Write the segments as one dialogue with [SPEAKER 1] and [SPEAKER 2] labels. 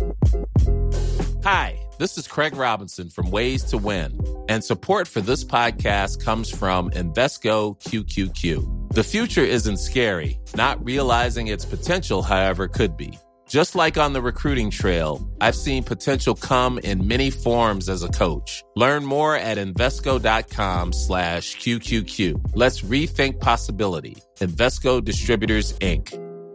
[SPEAKER 1] Hi, this is Craig Robinson from Ways to Win, and support for this podcast comes from Invesco QQQ. The future isn't scary. Not realizing its potential, however, could be. Just like on the recruiting trail, I've seen potential come in many forms as a coach. Learn more at Invesco.com/QQQ. Let's rethink possibility. Invesco Distributors, Inc.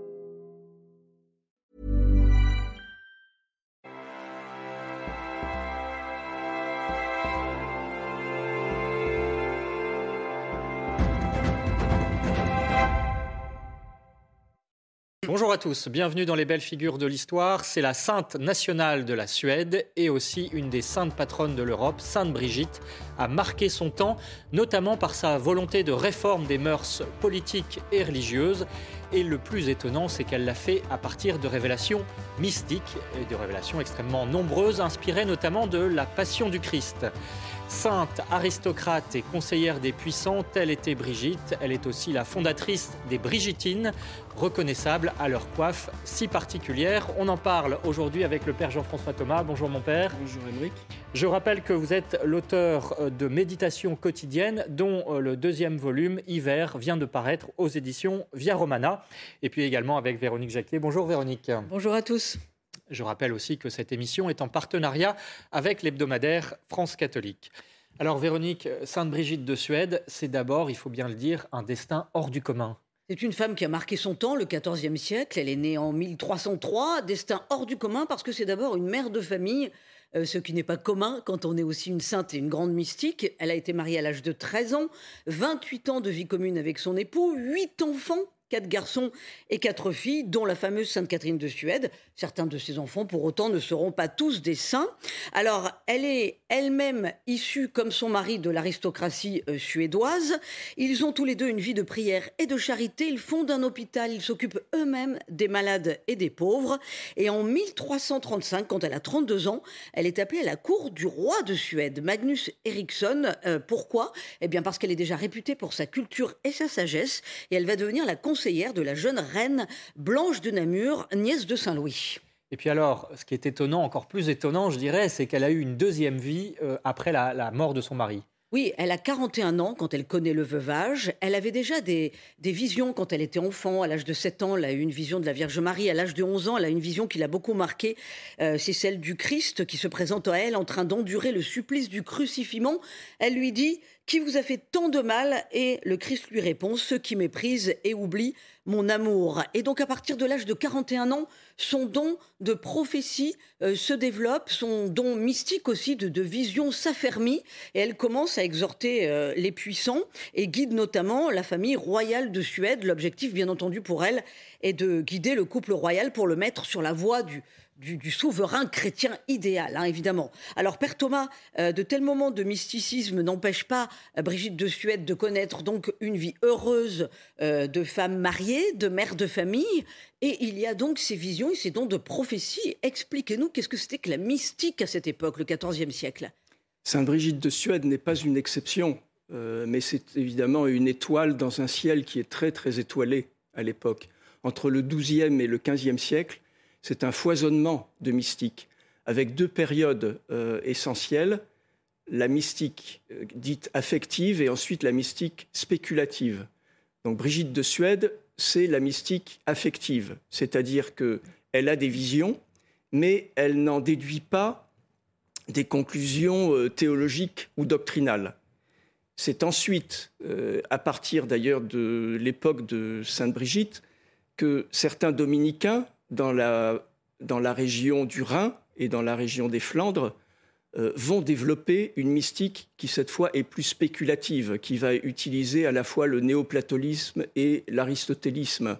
[SPEAKER 2] Bonjour à tous, bienvenue dans les belles figures de l'histoire. C'est la sainte nationale de la Suède et aussi une des saintes patronnes de l'Europe, Sainte Brigitte, a marqué son temps, notamment par sa volonté de réforme des mœurs politiques et religieuses. Et le plus étonnant, c'est qu'elle l'a fait à partir de révélations mystiques et de révélations extrêmement nombreuses, inspirées notamment de la Passion du Christ. Sainte, aristocrate et conseillère des puissants, telle était Brigitte. Elle est aussi la fondatrice des Brigittines, reconnaissables à leur coiffe si particulière. On en parle aujourd'hui avec le père Jean-François Thomas. Bonjour mon père.
[SPEAKER 3] Bonjour Émeric.
[SPEAKER 2] Je rappelle que vous êtes l'auteur de Méditations quotidiennes, dont le deuxième volume, Hiver, vient de paraître aux éditions Via Romana. Et puis également avec Véronique Jacquier. Bonjour Véronique.
[SPEAKER 4] Bonjour à tous.
[SPEAKER 2] Je rappelle aussi que cette émission est en partenariat avec l'hebdomadaire France Catholique. Alors Véronique, Sainte Brigitte de Suède, c'est d'abord, il faut bien le dire, un destin hors du commun.
[SPEAKER 4] C'est une femme qui a marqué son temps, le XIVe siècle. Elle est née en 1303, destin hors du commun parce que c'est d'abord une mère de famille, ce qui n'est pas commun quand on est aussi une sainte et une grande mystique. Elle a été mariée à l'âge de 13 ans, 28 ans de vie commune avec son époux, 8 enfants. 4 garçons et 4 filles, dont la fameuse Sainte Catherine de Suède. Certains de ces enfants, pour autant, ne seront pas tous des saints. Alors, elle est elle-même issue, comme son mari, de l'aristocratie suédoise. Ils ont tous les deux une vie de prière et de charité. Ils fondent un hôpital, ils s'occupent eux-mêmes des malades et des pauvres. Et en 1335, quand elle a 32 ans, elle est appelée à la cour du roi de Suède, Magnus Eriksson. Pourquoi ? Eh bien, parce qu'elle est déjà réputée pour sa culture et sa sagesse. Et elle va devenir la conseillère de la jeune reine Blanche de Namur, nièce de Saint-Louis.
[SPEAKER 2] Et puis alors, ce qui est étonnant, encore plus étonnant, je dirais, c'est qu'elle a eu une deuxième vie après la mort de son mari.
[SPEAKER 4] Oui, elle a 41 ans quand elle connaît le veuvage. Elle avait déjà des visions quand elle était enfant. À l'âge de 7 ans, elle a eu une vision de la Vierge Marie. À l'âge de 11 ans, elle a une vision qui l'a beaucoup marquée. C'est celle du Christ qui se présente à elle en train d'endurer le supplice du crucifixion. Elle lui dit « Qui vous a fait tant de mal ?» Et le Christ lui répond « Ceux qui méprisent et oublient mon amour ». Et donc à partir de l'âge de 41 ans, son don de prophétie se développe, son don mystique aussi de vision s'affermit. Et elle commence à exhorter les puissants et guide notamment la famille royale de Suède. L'objectif, bien entendu, pour elle, est de guider le couple royal pour le mettre sur la voie du souverain chrétien idéal, évidemment. Alors, Père Thomas, de tels moments de mysticisme n'empêchent pas Brigitte de Suède de connaître donc une vie heureuse de femme mariée, de mère de famille. Et il y a donc ces visions et ces dons de prophétie. Expliquez-nous, qu'est-ce que c'était que la mystique à cette époque, le XIVe siècle ?
[SPEAKER 3] Sainte Brigitte de Suède n'est pas une exception, mais c'est évidemment une étoile dans un ciel qui est très, très étoilé à l'époque. Entre le XIIe et le XVe siècle, c'est un foisonnement de mystique, avec 2 périodes essentielles, la mystique dite affective et ensuite la mystique spéculative. Donc Brigitte de Suède, c'est la mystique affective, c'est-à-dire qu'elle a des visions, mais elle n'en déduit pas des conclusions théologiques ou doctrinales. C'est ensuite, à partir d'ailleurs de l'époque de Sainte Brigitte, que certains dominicains, dans la région du Rhin et dans la région des Flandres, vont développer une mystique qui, cette fois, est plus spéculative, qui va utiliser à la fois le néoplatonisme et l'aristotélisme.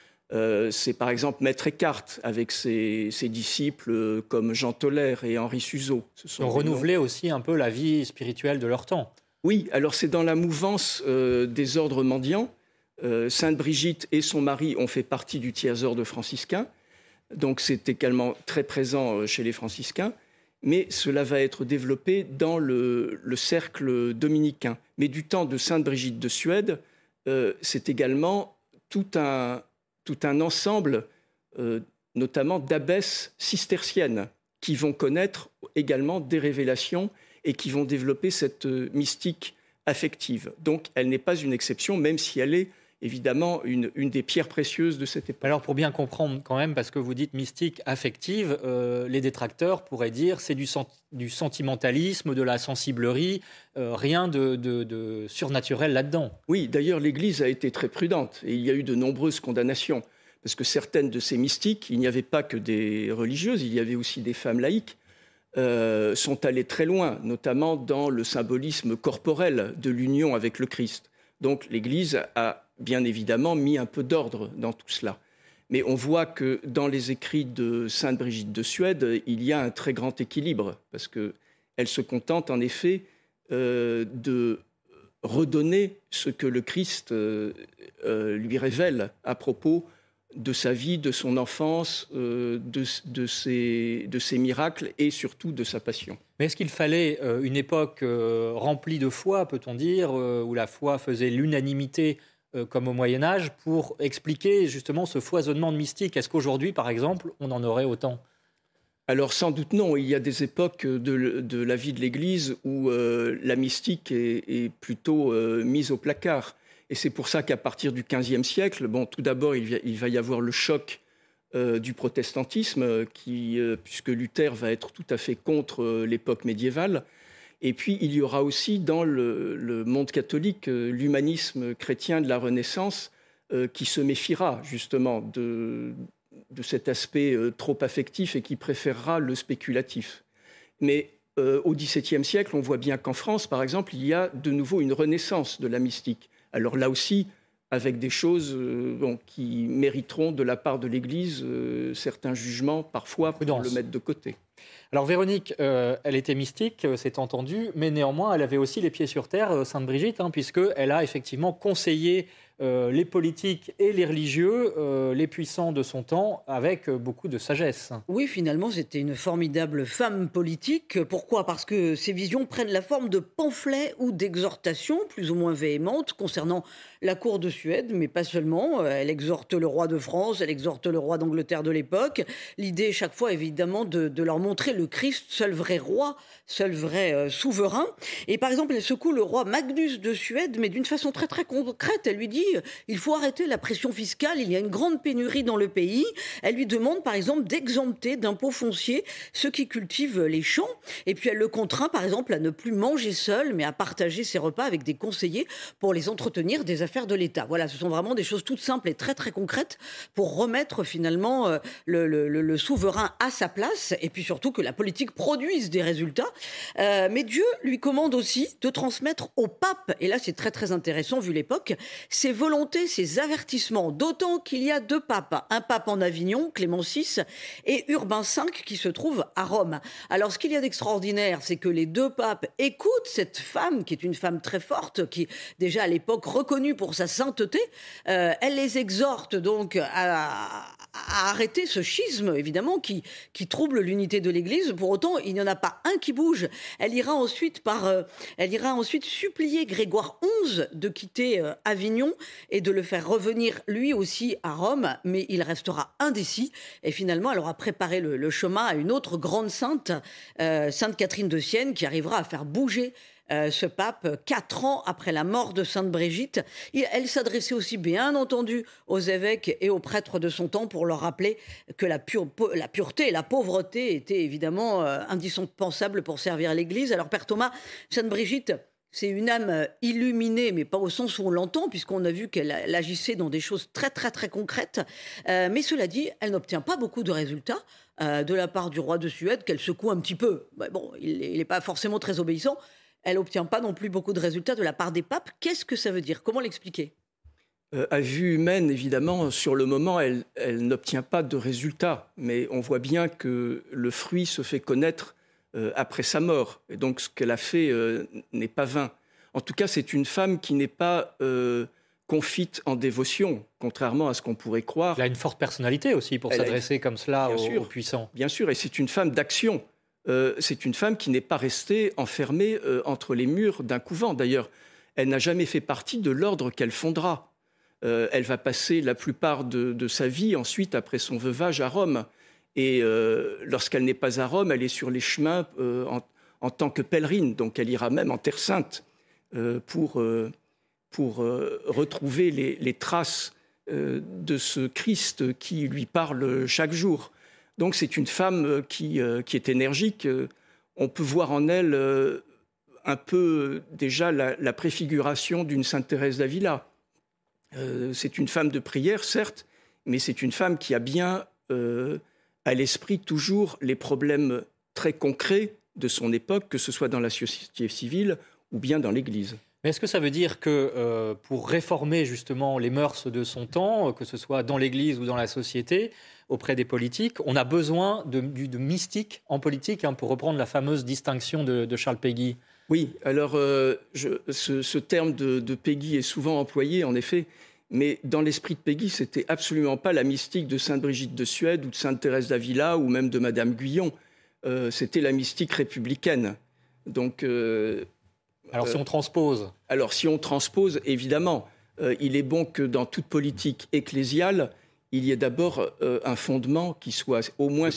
[SPEAKER 3] C'est par exemple Maître Eckhart, avec ses disciples comme Jean Toller et Henri Suzeau.
[SPEAKER 2] Ils ont renouvelé aussi un peu la vie spirituelle de leur temps.
[SPEAKER 3] Oui, alors c'est dans la mouvance des ordres mendiants. Sainte Brigitte et son mari ont fait partie du tiers-ordre franciscain, donc c'est également très présent chez les franciscains, mais cela va être développé dans le cercle dominicain. Mais du temps de Sainte Brigitte de Suède, c'est également tout un ensemble notamment d'abbesses cisterciennes, qui vont connaître également des révélations et qui vont développer cette mystique affective. Donc, elle n'est pas une exception, même si elle est évidemment une des pierres précieuses de cette époque.
[SPEAKER 2] Alors, pour bien comprendre quand même, parce que vous dites mystique affective, les détracteurs pourraient dire c'est du sentimentalisme, de la sensiblerie, rien de surnaturel là-dedans.
[SPEAKER 3] Oui, d'ailleurs, l'Église a été très prudente et il y a eu de nombreuses condamnations. Parce que certaines de ces mystiques, il n'y avait pas que des religieuses, il y avait aussi des femmes laïques, sont allées très loin, notamment dans le symbolisme corporel de l'union avec le Christ. Donc l'Église a bien évidemment mis un peu d'ordre dans tout cela. Mais on voit que dans les écrits de Sainte Brigitte de Suède, il y a un très grand équilibre, parce qu'elle se contente en effet de redonner ce que le Christ lui révèle à propos de sa vie, de son enfance, de ses miracles et surtout de sa passion.
[SPEAKER 2] Mais est-ce qu'il fallait une époque remplie de foi, peut-on dire, où la foi faisait l'unanimité comme au Moyen-Âge, pour expliquer justement ce foisonnement de mystique? Est-ce qu'aujourd'hui, par exemple, on en aurait autant ?
[SPEAKER 3] Alors sans doute non, il y a des époques de la vie de l'Église où la mystique est plutôt mise au placard. Et c'est pour ça qu'à partir du XVe siècle, tout d'abord, il va y avoir le choc du protestantisme, puisque Luther va être tout à fait contre l'époque médiévale. Et puis, il y aura aussi dans le monde catholique l'humanisme chrétien de la Renaissance qui se méfiera justement de cet aspect trop affectif et qui préférera le spéculatif. Mais au XVIIe siècle, on voit bien qu'en France, par exemple, il y a de nouveau une renaissance de la mystique. Alors là aussi, avec des choses qui mériteront de la part de l'Église certains jugements, parfois pour le mettre de côté.
[SPEAKER 2] Alors Véronique, elle était mystique, c'est entendu, mais néanmoins, elle avait aussi les pieds sur terre, Sainte Brigitte, puisqu'elle a effectivement conseillé les politiques et les religieux, les puissants de son temps, avec beaucoup de sagesse.
[SPEAKER 4] Oui, finalement, c'était une formidable femme politique. Pourquoi ? Parce que ses visions prennent la forme de pamphlets ou d'exhortations plus ou moins véhémentes concernant la cour de Suède, mais pas seulement. Elle exhorte le roi de France, elle exhorte le roi d'Angleterre de l'époque. L'idée, chaque fois, évidemment, de leur montrer le Christ, seul vrai roi, seul vrai souverain. Et par exemple, elle secoue le roi Magnus de Suède, mais d'une façon très très concrète. Elle lui dit il faut arrêter la pression fiscale, il y a une grande pénurie dans le pays. Elle lui demande par exemple d'exempter d'impôts fonciers ceux qui cultivent les champs. Et puis elle le contraint par exemple à ne plus manger seul, mais à partager ses repas avec des conseillers pour les entretenir des affaires de l'État. Voilà, ce sont vraiment des choses toutes simples et très très concrètes pour remettre finalement le souverain à sa place et puis surtout que la politique produise des résultats. Mais Dieu lui commande aussi de transmettre au pape, et là c'est très très intéressant vu l'époque, ses volontés, ses avertissements, d'autant qu'il y a deux papes, un pape en Avignon, Clément VI, et Urbain V qui se trouve à Rome. Alors ce qu'il y a d'extraordinaire, c'est que les deux papes écoutent cette femme, qui est une femme très forte, qui déjà à l'époque reconnue pour sa sainteté, elle les exhorte donc à arrêter ce schisme, évidemment, qui trouble l'unité de l'Église. Pour autant, il n'y en a pas un qui bouge. Elle ira ensuite supplier Grégoire XI de quitter Avignon et de le faire revenir lui aussi à Rome, mais il restera indécis. Et finalement, elle aura préparé le chemin à une autre grande sainte, Sainte Catherine de Sienne, qui arrivera à faire bouger ce pape 4 ans après la mort de Sainte Brigitte. Elle s'adressait aussi bien entendu aux évêques et aux prêtres de son temps pour leur rappeler que la pureté et la pauvreté étaient évidemment indispensables pour servir l'Église. Alors Père Thomas, Sainte Brigitte, c'est une âme illuminée, mais pas au sens où on l'entend, puisqu'on a vu qu'elle agissait dans des choses très très très concrètes. Mais cela dit, elle n'obtient pas beaucoup de résultats de la part du roi de Suède, qu'elle secoue un petit peu. Bon, il n'est pas forcément très obéissant. Elle n'obtient pas non plus beaucoup de résultats de la part des papes. Qu'est-ce que ça veut dire ? Comment l'expliquer ?
[SPEAKER 3] À vue humaine, évidemment, sur le moment, elle n'obtient pas de résultats. Mais on voit bien que le fruit se fait connaître après sa mort. Et donc, ce qu'elle a fait n'est pas vain. En tout cas, c'est une femme qui n'est pas confite en dévotion, contrairement à ce qu'on pourrait croire.
[SPEAKER 2] Elle a une forte personnalité aussi pour s'adresser comme cela aux puissants.
[SPEAKER 3] Bien sûr, et c'est une femme d'action. C'est une femme qui n'est pas restée enfermée entre les murs d'un couvent. D'ailleurs, elle n'a jamais fait partie de l'ordre qu'elle fondera. Elle va passer la plupart de sa vie ensuite, après son veuvage, à Rome. Et lorsqu'elle n'est pas à Rome, elle est sur les chemins en tant que pèlerine. Donc elle ira même en Terre Sainte pour retrouver les traces de ce Christ qui lui parle chaque jour. Donc c'est une femme qui est énergique. On peut voir en elle un peu déjà la préfiguration d'une Sainte Thérèse d'Avila. C'est une femme de prière, certes, mais c'est une femme qui a bien à l'esprit toujours les problèmes très concrets de son époque, que ce soit dans la société civile ou bien dans l'Église.
[SPEAKER 2] Mais est-ce que ça veut dire que pour réformer justement les mœurs de son temps, que ce soit dans l'Église ou dans la société, auprès des politiques, on a besoin de mystique en politique, pour reprendre la fameuse distinction de Charles Péguy?
[SPEAKER 3] Oui, alors ce terme de Péguy est souvent employé, en effet, mais dans l'esprit de Péguy, c'était absolument pas la mystique de Sainte Brigitte de Suède ou de Sainte Thérèse d'Avila ou même de Madame Guyon. C'était la mystique républicaine. Donc,
[SPEAKER 2] alors si on transpose
[SPEAKER 3] Alors si on transpose, évidemment, il est bon que dans toute politique ecclésiale, il y ait d'abord un fondement qui soit au moins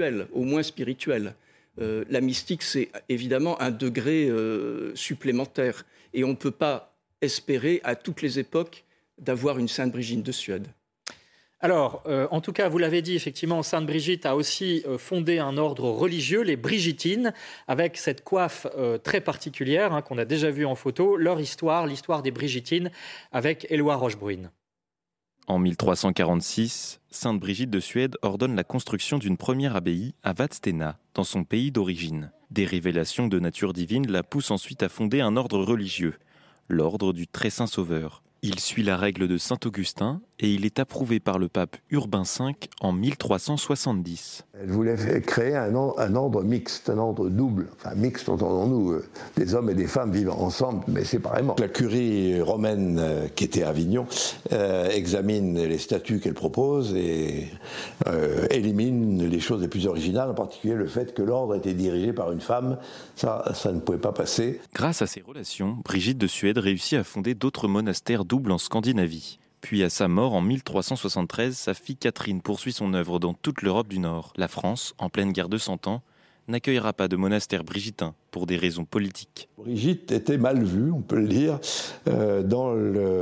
[SPEAKER 3] spirituel. La mystique, c'est évidemment un degré supplémentaire. Et on ne peut pas espérer à toutes les époques d'avoir une Sainte Brigitte de Suède.
[SPEAKER 2] Alors, en tout cas, vous l'avez dit, effectivement, Sainte Brigitte a aussi fondé un ordre religieux, les Brigittines, avec cette coiffe très particulière qu'on a déjà vue en photo. Leur histoire, l'histoire des Brigittines, avec Éloi Rochebrune.
[SPEAKER 5] En 1346, Sainte Brigitte de Suède ordonne la construction d'une première abbaye à Vadstena, dans son pays d'origine. Des révélations de nature divine la poussent ensuite à fonder un ordre religieux, l'ordre du Très Saint Sauveur. Il suit la règle de saint Augustin et il est approuvé par le pape Urbain V en 1370.
[SPEAKER 6] Elle voulait créer un ordre mixte, un ordre double. Enfin, mixte, entendons-nous, des hommes et des femmes vivent ensemble, mais séparément. La curie romaine qui était à Avignon examine les statuts qu'elle propose et élimine les choses les plus originales, en particulier le fait que l'ordre était dirigé par une femme. Ça ne pouvait pas passer.
[SPEAKER 5] Grâce à ces relations, Brigitte de Suède réussit à fonder d'autres monastères doubles en Scandinavie. Puis à sa mort en 1373, sa fille Catherine poursuit son œuvre dans toute l'Europe du Nord. La France, en pleine guerre de 100 ans, n'accueillera pas de monastère brigitain pour des raisons politiques.
[SPEAKER 6] Brigitte était mal vue, on peut le dire, dans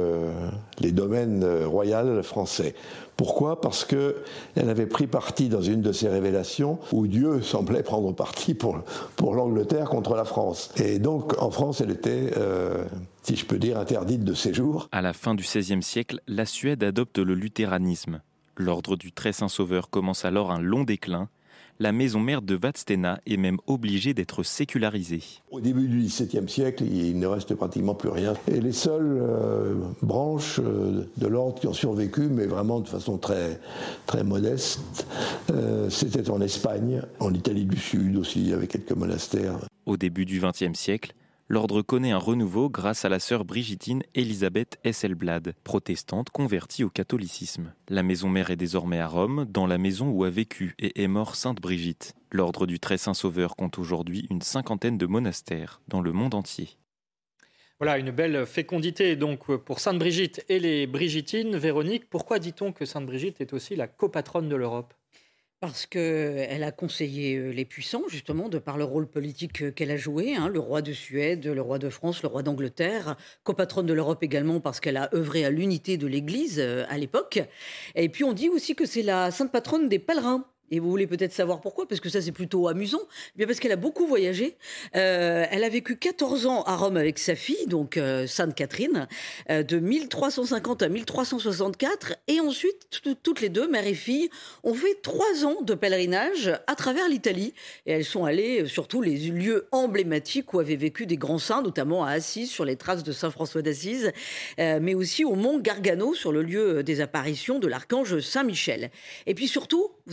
[SPEAKER 6] les domaines royaux français. Pourquoi ? Parce qu'elle avait pris parti dans une de ses révélations où Dieu semblait prendre parti pour l'Angleterre contre la France. Et donc en France, elle était, si je peux dire, interdite de séjour.
[SPEAKER 5] À la fin du XVIe siècle, la Suède adopte le luthéranisme. L'ordre du Très Saint Sauveur commence alors un long déclin. La maison mère de Vadstena est même obligée d'être sécularisée.
[SPEAKER 6] Au début du XVIIe siècle, il ne reste pratiquement plus rien. Et les seules branches de l'ordre qui ont survécu, mais vraiment de façon très, très modeste, c'était en Espagne, en Italie du Sud aussi, avec quelques monastères.
[SPEAKER 5] Au début du XXe siècle, l'ordre connaît un renouveau grâce à la sœur brigittine Elisabeth Hesselblad, protestante convertie au catholicisme. La maison mère est désormais à Rome, dans la maison où a vécu et est mort Sainte Brigitte. L'ordre du Très Saint Sauveur compte aujourd'hui une 50aine de monastères dans le monde entier.
[SPEAKER 2] Voilà, une belle fécondité donc pour Sainte Brigitte et les Brigittines. Véronique, pourquoi dit-on que Sainte Brigitte est aussi la copatronne de l'Europe ?
[SPEAKER 4] Parce qu'elle a conseillé les puissants, justement, de par le rôle politique qu'elle a joué, le roi de Suède, le roi de France, le roi d'Angleterre, copatronne de l'Europe également parce qu'elle a œuvré à l'unité de l'Église à l'époque. Et puis on dit aussi que c'est la sainte patronne des pèlerins. Et vous voulez peut-être savoir pourquoi, parce que ça c'est plutôt amusant. Bien parce qu'elle a beaucoup voyagé. Elle a vécu 14 ans à Rome avec sa fille, donc Sainte Catherine, de 1350 à 1364. Et ensuite, toutes les deux, mère et fille, ont fait 3 ans de pèlerinage à travers l'Italie. Et elles sont allées sur tous les lieux emblématiques où avaient vécu des grands saints, notamment à Assise, sur les traces de Saint François d'Assise, mais aussi au mont Gargano, sur le lieu des apparitions de l'archange Saint-Michel. Et puis surtout, vous avez commencé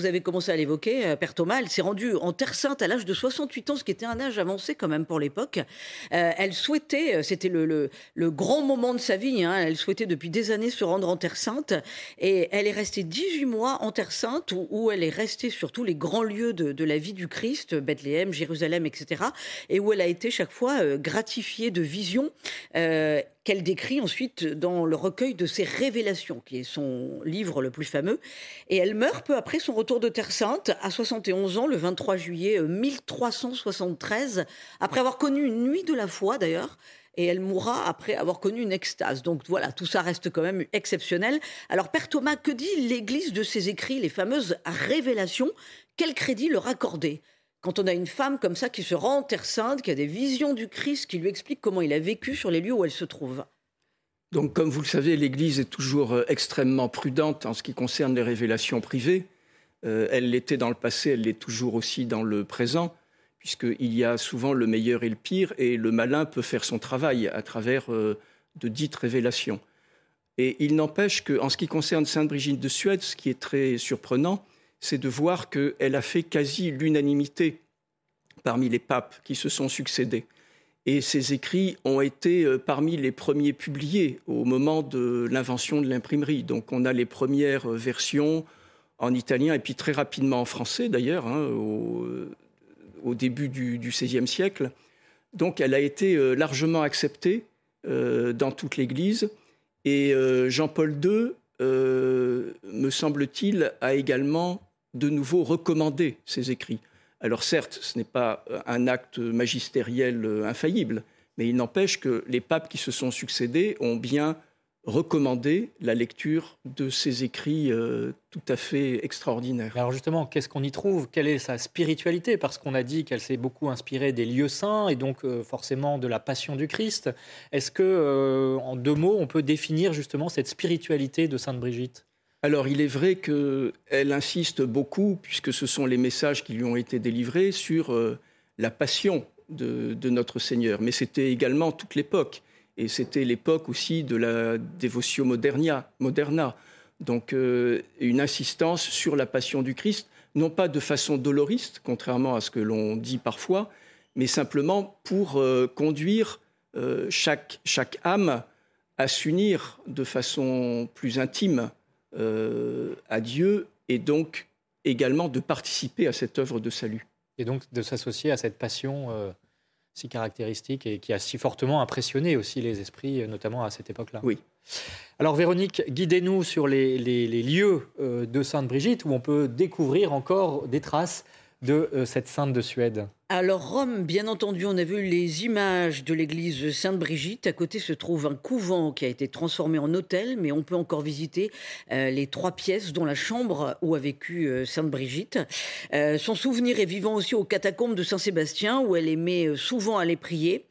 [SPEAKER 4] commencé à l'évoquer, Père Thomas, elle s'est rendue en Terre Sainte à l'âge de 68 ans, ce qui était un âge avancé quand même pour l'époque. Elle souhaitait, c'était le grand moment de sa vie, hein, elle souhaitait depuis des années se rendre en Terre Sainte et elle est restée 18 mois en Terre Sainte où elle est restée sur tous les grands lieux de la vie du Christ, Bethléem, Jérusalem, etc. et où elle a été chaque fois gratifiée de visions qu'elle décrit ensuite dans le recueil de ses révélations, qui est son livre le plus fameux. Et elle meurt peu après son retour de Terre Sainte, à 71 ans, le 23 juillet 1373, après avoir connu une nuit de la foi d'ailleurs, et elle mourra après avoir connu une extase. Donc voilà, tout ça reste quand même exceptionnel. Alors Père Thomas, que dit l'Église de ces écrits, les fameuses révélations? Quel crédit leur accorder quand on a une femme comme ça qui se rend en Terre Sainte, qui a des visions du Christ, qui lui explique comment il a vécu sur les lieux où elle se trouve?
[SPEAKER 3] Donc, comme vous le savez, l'Église est toujours extrêmement prudente en ce qui concerne les révélations privées. Elle l'était dans le passé, elle l'est toujours aussi dans le présent, puisqu'il y a souvent le meilleur et le pire, et le malin peut faire son travail à travers de dites révélations. Et il n'empêche qu'en ce qui concerne Sainte Brigitte de Suède, ce qui est très surprenant, c'est de voir qu'elle a fait quasi l'unanimité parmi les papes qui se sont succédés. Et ses écrits ont été parmi les premiers publiés au moment de l'invention de l'imprimerie. Donc on a les premières versions en italien et puis très rapidement en français d'ailleurs, hein, au début du XVIe siècle. Donc elle a été largement acceptée dans toute l'Église. Et Jean-Paul II, me semble-t-il, a également de nouveau recommandé ses écrits. Alors certes, ce n'est pas un acte magistériel infaillible, mais il n'empêche que les papes qui se sont succédés ont bien recommandé la lecture de ces écrits tout à fait extraordinaires.
[SPEAKER 2] Alors justement, qu'est-ce qu'on y trouve? Quelle est sa spiritualité? Parce qu'on a dit qu'elle s'est beaucoup inspirée des lieux saints et donc forcément de la passion du Christ. Est-ce que, en 2 mots, on peut définir justement cette spiritualité de Sainte Brigitte?
[SPEAKER 3] Alors, il est vrai qu'elle insiste beaucoup, puisque ce sont les messages qui lui ont été délivrés, sur la passion de notre Seigneur. Mais c'était également toute l'époque. Et c'était l'époque aussi de la Devotio Moderna. Donc, une insistance sur la passion du Christ, non pas de façon doloriste, contrairement à ce que l'on dit parfois, mais simplement pour conduire chaque âme à s'unir de façon plus intime à Dieu et donc également de participer à cette œuvre de salut.
[SPEAKER 2] Et donc de s'associer à cette passion si caractéristique et qui a si fortement impressionné aussi les esprits, notamment à cette époque-là.
[SPEAKER 3] Oui.
[SPEAKER 2] Alors Véronique, guidez-nous sur les lieux de Sainte Brigitte où on peut découvrir encore des traces de cette sainte de Suède.
[SPEAKER 4] Alors Rome, bien entendu, on a vu les images de l'église Sainte-Brigitte. À côté se trouve un couvent qui a été transformé en hôtel, mais on peut encore visiter les 3 pièces, dont la chambre où a vécu Sainte-Brigitte. Son souvenir est vivant aussi aux catacombes de Saint-Sébastien, où elle aimait souvent aller prier.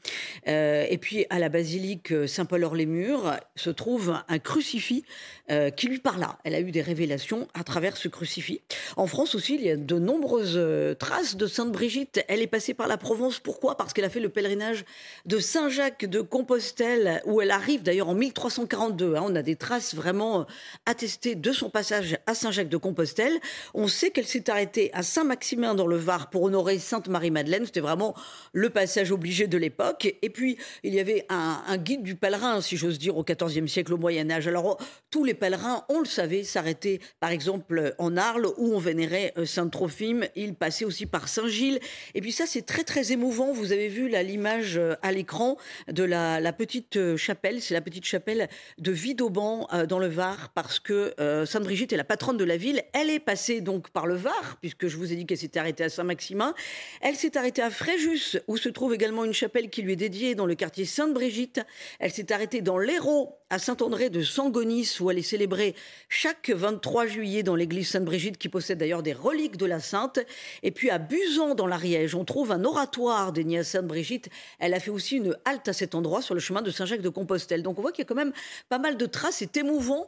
[SPEAKER 4] Et puis à la basilique Saint-Paul-hors-les-Murs se trouve un crucifix qui lui parla. Elle a eu des révélations à travers ce crucifix. En France aussi, il y a de nombreuses traces de Sainte-Brigitte. Elle est passée par la Provence. Pourquoi? Parce qu'elle a fait le pèlerinage de Saint-Jacques de Compostelle, où elle arrive d'ailleurs en 1342. On a des traces vraiment attestées de son passage à Saint-Jacques de Compostelle. On sait qu'elle s'est arrêtée à Saint-Maximin dans le Var pour honorer Sainte Marie-Madeleine. C'était vraiment le passage obligé de l'époque. Et puis, il y avait un guide du pèlerin, si j'ose dire, au XIVe siècle, au Moyen-Âge. Alors, tous les pèlerins, on le savait, s'arrêtaient par exemple en Arles, où on vénérait Sainte Trophime. Ils passaient aussi par Saint-Gilles. Et puis ça, c'est très, très émouvant. Vous avez vu là l'image à l'écran de la petite chapelle. C'est la petite chapelle de Vidauban dans le Var, parce que Sainte Brigitte est la patronne de la ville. Elle est passée donc par le Var, puisque je vous ai dit qu'elle s'était arrêtée à Saint-Maximin. Elle s'est arrêtée à Fréjus, où se trouve également une chapelle qui lui est dédiée dans le quartier Sainte-Brigitte. Elle s'est arrêtée dans l'Hérault, à Saint-André de Sangonis, où elle est célébrée chaque 23 juillet dans l'église Sainte-Brigitte, qui possède d'ailleurs des reliques de la sainte. Et puis à Buzan, dans l'Ariège, on trouve un oratoire dédié à Sainte-Brigitte. Elle a fait aussi une halte à cet endroit, sur le chemin de Saint-Jacques de Compostelle. Donc on voit qu'il y a quand même pas mal de traces. C'est émouvant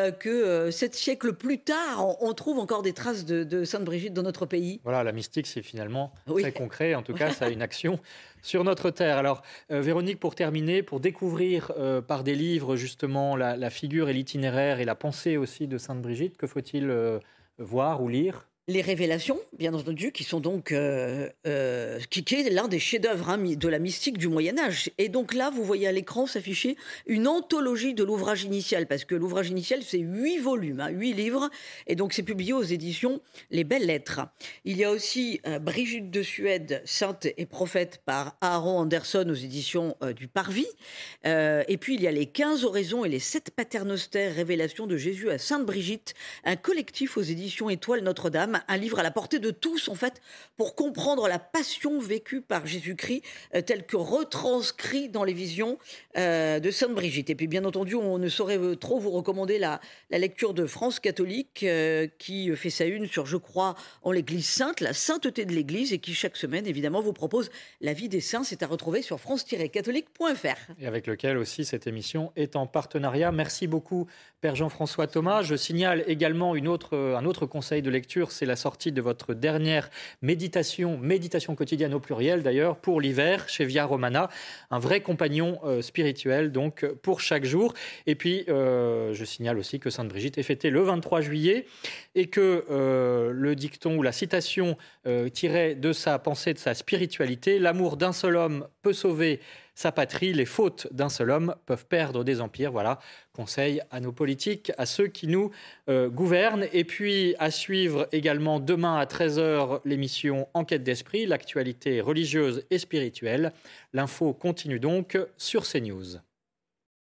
[SPEAKER 4] que 7 siècles plus tard, on trouve encore des traces de Sainte-Brigitte dans notre pays.
[SPEAKER 2] Voilà, la mystique, c'est finalement très concret. En tout cas, ça a une action sur notre terre. Alors, Véronique, pour terminer, pour découvrir par des livres justement la figure et l'itinéraire et la pensée aussi de Sainte Brigitte, que faut-il voir ou lire?
[SPEAKER 4] Les Révélations, bien entendu, qui sont donc qui est l'un des chefs-d'œuvre de la mystique du Moyen-Âge. Et donc là, vous voyez à l'écran s'afficher une anthologie de l'ouvrage initial, parce que l'ouvrage initial, c'est 8 volumes, 8 livres, et donc c'est publié aux éditions Les Belles Lettres. Il y a aussi Brigitte de Suède, sainte et prophète, par Aaron Anderson aux éditions du Parvis. Et puis il y a les 15 oraisons et les 7 paternosters, révélations de Jésus à Sainte Brigitte, un collectif aux éditions Étoile Notre-Dame. Un livre à la portée de tous, en fait, pour comprendre la passion vécue par Jésus-Christ, telle que retranscrit dans les visions de Sainte Brigitte. Et puis, bien entendu, on ne saurait trop vous recommander la lecture de France catholique, qui fait sa une sur, je crois, en l'Église sainte, la sainteté de l'Église, et qui, chaque semaine, évidemment, vous propose la vie des saints. C'est à retrouver sur france-catholique.fr.
[SPEAKER 2] Et avec lequel aussi cette émission est en partenariat. Merci beaucoup, Père Jean-François Thomas. Je signale également un autre conseil de lecture, c'est la sortie de votre dernière méditation quotidienne au pluriel d'ailleurs, pour l'hiver, chez Via Romana, un vrai compagnon spirituel donc pour chaque jour. Et puis, je signale aussi que Sainte Brigitte est fêtée le 23 juillet et que le dicton ou la citation tirée de sa pensée, de sa spiritualité, l'amour d'un seul homme peut sauver sa patrie, les fautes d'un seul homme peuvent perdre des empires. Voilà, conseil à nos politiques, à ceux qui nous gouvernent. Et puis, à suivre également demain à 13h, l'émission Enquête d'esprit, l'actualité religieuse et spirituelle. L'info continue donc sur CNews.